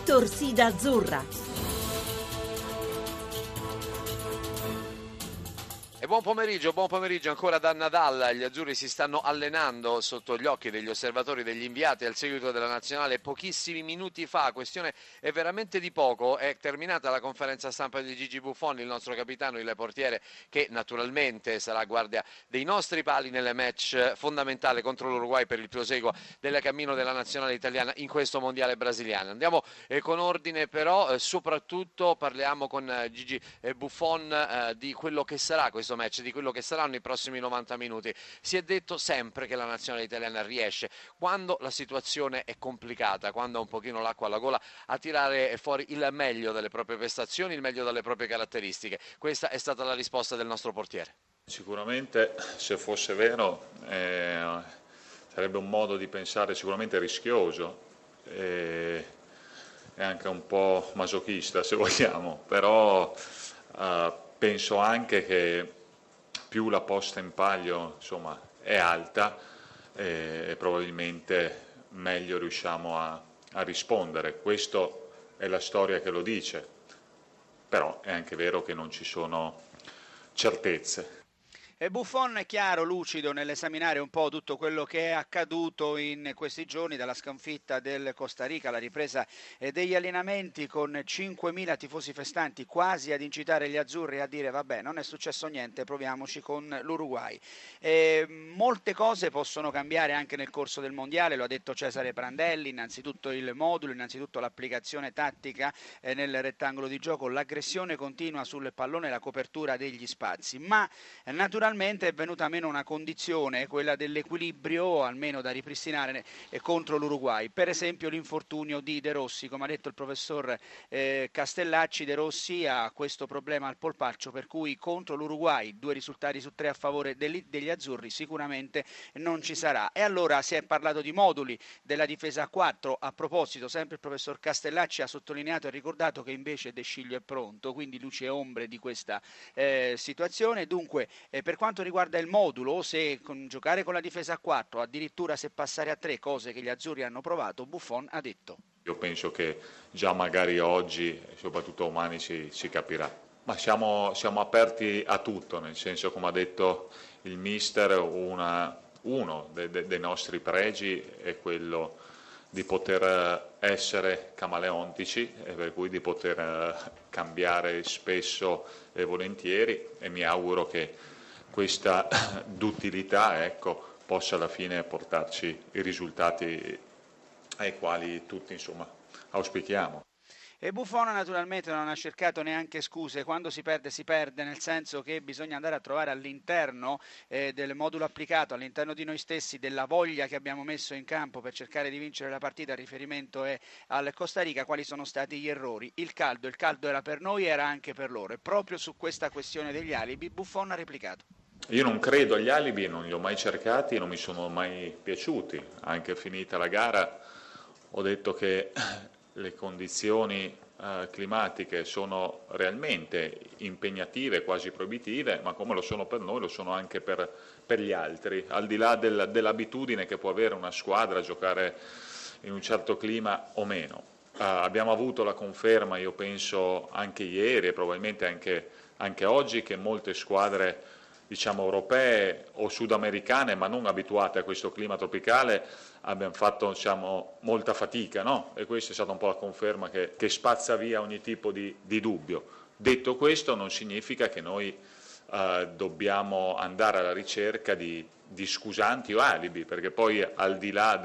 Torsida Azzurra. E buon pomeriggio ancora da Nadal. Gli azzurri si stanno allenando sotto gli occhi degli osservatori, degli inviati al seguito della nazionale pochissimi minuti fa. Questione è veramente di poco, è terminata la conferenza stampa di Gigi Buffon, il nostro capitano, il portiere, che naturalmente sarà a guardia dei nostri pali nelle match fondamentale contro l'Uruguay per il proseguo del cammino della nazionale italiana in questo mondiale brasiliano. Andiamo con ordine però, soprattutto parliamo con Gigi Buffon di quello che sarà questo match, di quello che saranno i prossimi 90 minuti. Si è detto sempre che la nazionale italiana riesce, quando la situazione è complicata, quando ha un pochino l'acqua alla gola, a tirare fuori il meglio delle proprie prestazioni, il meglio dalle proprie caratteristiche. Questa è stata la risposta del nostro portiere. Sicuramente, se fosse vero, sarebbe un modo di pensare sicuramente rischioso e anche un po' masochista, se vogliamo, però penso anche che più la posta in palio, insomma, è alta e probabilmente meglio riusciamo a rispondere. Questa è la storia che lo dice, però è anche vero che non ci sono certezze. E Buffon è chiaro, lucido nell'esaminare un po' tutto quello che è accaduto in questi giorni, dalla sconfitta del Costa Rica alla ripresa degli allenamenti con 5.000 tifosi festanti, quasi ad incitare gli azzurri a dire vabbè, non è successo niente, proviamoci con l'Uruguay. Molte cose possono cambiare anche nel corso del mondiale, lo ha detto Cesare Prandelli, innanzitutto il modulo, innanzitutto l'applicazione tattica nel rettangolo di gioco, l'aggressione continua sul pallone, la copertura degli spazi, ma naturalmente è venuta meno una condizione, quella dell'equilibrio, almeno da ripristinare contro l'Uruguay. Per esempio l'infortunio di De Rossi, come ha detto il professor Castellacci, De Rossi ha questo problema al polpaccio, per cui contro l'Uruguay 2 risultati su 3 a favore degli azzurri sicuramente non ci sarà. E allora si è parlato di moduli della difesa a 4, a proposito sempre il professor Castellacci ha sottolineato e ricordato che invece De Sciglio è pronto, quindi luci e ombre di questa situazione. Dunque per quanto riguarda il modulo, se giocare con la difesa a 4, addirittura se passare a 3, cose che gli azzurri hanno provato, Buffon ha detto: io penso che già magari oggi e soprattutto domani si capirà, ma siamo aperti a tutto, nel senso, come ha detto il mister, uno dei nostri pregi è quello di poter essere camaleontici e per cui di poter cambiare spesso e volentieri, e mi auguro che questa duttilità, possa alla fine portarci i risultati ai quali tutti, insomma, auspichiamo. E Buffon naturalmente non ha cercato neanche scuse, quando si perde, nel senso che bisogna andare a trovare all'interno del modulo applicato, all'interno di noi stessi, della voglia che abbiamo messo in campo per cercare di vincere la partita. Il riferimento è al Costa Rica, quali sono stati gli errori. Il caldo era per noi, era anche per loro, e proprio su questa questione degli alibi Buffon ha replicato: io non credo agli alibi, non li ho mai cercati, non mi sono mai piaciuti. Anche finita la gara ho detto che le condizioni climatiche sono realmente impegnative, quasi proibitive, ma come lo sono per noi, lo sono anche per gli altri, al di là dell'abitudine che può avere una squadra a giocare in un certo clima o meno. Abbiamo avuto la conferma, io penso anche ieri e probabilmente anche oggi, che molte squadre, diciamo, europee o sudamericane, ma non abituate a questo clima tropicale, abbiamo fatto, diciamo, molta fatica, no? E questa è stata un po' la conferma che spazza via ogni tipo di dubbio. Detto questo, non significa che noi dobbiamo andare alla ricerca di scusanti o alibi, perché poi, al di là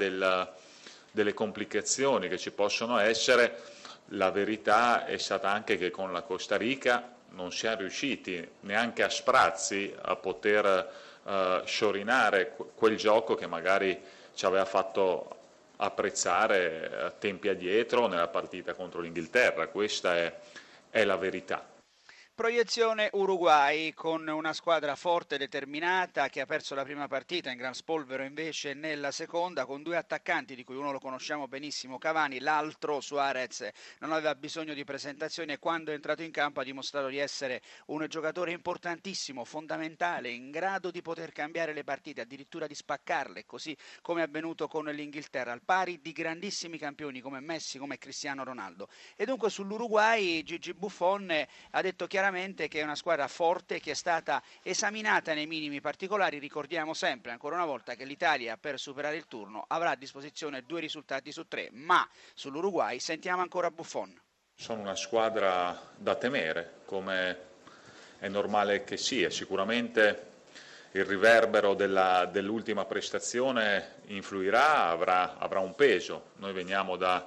delle complicazioni che ci possono essere, la verità è stata anche che con la Costa Rica non siamo riusciti neanche a sprazzi a poter sciorinare quel gioco che magari ci aveva fatto apprezzare tempi addietro nella partita contro l'Inghilterra. Questa è la verità. proiezione Uruguay, con una squadra forte e determinata che ha perso la prima partita, in gran spolvero invece nella seconda, con due attaccanti di cui uno lo conosciamo benissimo, Cavani, l'altro Suarez non aveva bisogno di presentazioni e quando è entrato in campo ha dimostrato di essere un giocatore importantissimo, fondamentale, in grado di poter cambiare le partite, addirittura di spaccarle, così come è avvenuto con l'Inghilterra, al pari di grandissimi campioni come Messi, come Cristiano Ronaldo. E dunque sull'Uruguay Gigi Buffon ha detto chiaramente che è una squadra forte che è stata esaminata nei minimi particolari. Ricordiamo sempre ancora una volta che l'Italia per superare il turno avrà a disposizione 2 risultati su 3, ma sull'Uruguay sentiamo ancora Buffon. Sono una squadra da temere, come è normale che sia. Sicuramente il riverbero dell'ultima prestazione influirà, avrà un peso. Noi veniamo da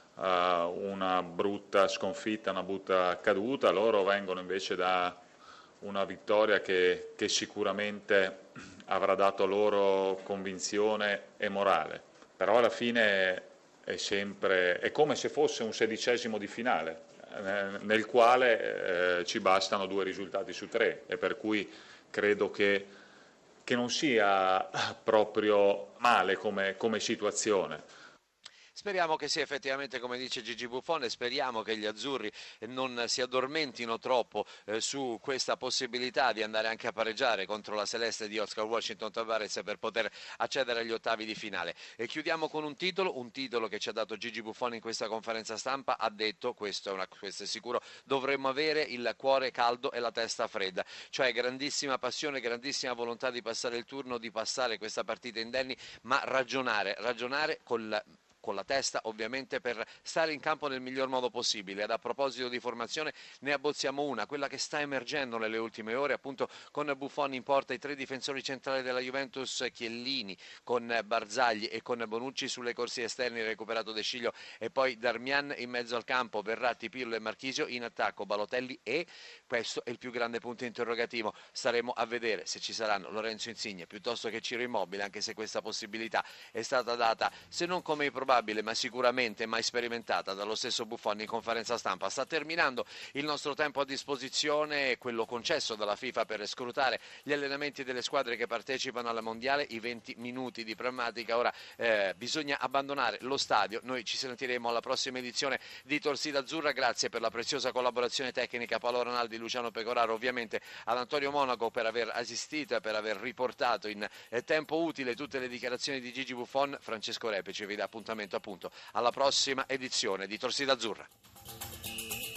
una brutta sconfitta, una brutta caduta, loro vengono invece da una vittoria che sicuramente avrà dato loro convinzione e morale, però alla fine è come se fosse un 16° di finale, nel quale ci bastano 2 risultati su 3 e per cui credo che non sia proprio male come situazione. Speriamo che sia effettivamente come dice Gigi Buffon e speriamo che gli azzurri non si addormentino troppo su questa possibilità di andare anche a pareggiare contro la celeste di Oscar Washington Tavares per poter accedere agli ottavi di finale. E chiudiamo con un titolo che ci ha dato Gigi Buffon in questa conferenza stampa, ha detto, questo è sicuro, dovremmo avere il cuore caldo e la testa fredda, cioè grandissima passione, grandissima volontà di passare il turno, di passare questa partita indenni, ma ragionare con la testa ovviamente per stare in campo nel miglior modo possibile. Ed a proposito di formazione ne abbozziamo una, quella che sta emergendo nelle ultime ore, appunto con Buffon in porta, i 3 difensori centrali della Juventus, Chiellini con Barzagli e con Bonucci sulle corsie esterni, recuperato De Sciglio e poi Darmian in mezzo al campo, Verratti, Pirlo e Marchisio in attacco, Balotelli e questo è il più grande punto interrogativo, staremo a vedere se ci saranno Lorenzo Insigne piuttosto che Ciro Immobile, anche se questa possibilità è stata data se non come improbabile ma sicuramente mai sperimentata dallo stesso Buffon in conferenza stampa. Sta terminando il nostro tempo a disposizione, quello concesso dalla FIFA per scrutare gli allenamenti delle squadre che partecipano alla mondiale, i 20 minuti di pneumatica. Ora bisogna abbandonare lo stadio, noi ci sentiremo alla prossima edizione di Torsida Azzurra. Grazie per la preziosa collaborazione tecnica Paolo Ronaldi, Luciano Pecoraro, ovviamente ad Antonio Monaco per aver assistito e per aver riportato in tempo utile tutte le dichiarazioni di Gigi Buffon. Francesco Repici vi dà appuntamento appunto alla prossima edizione di Torsida Azzurra.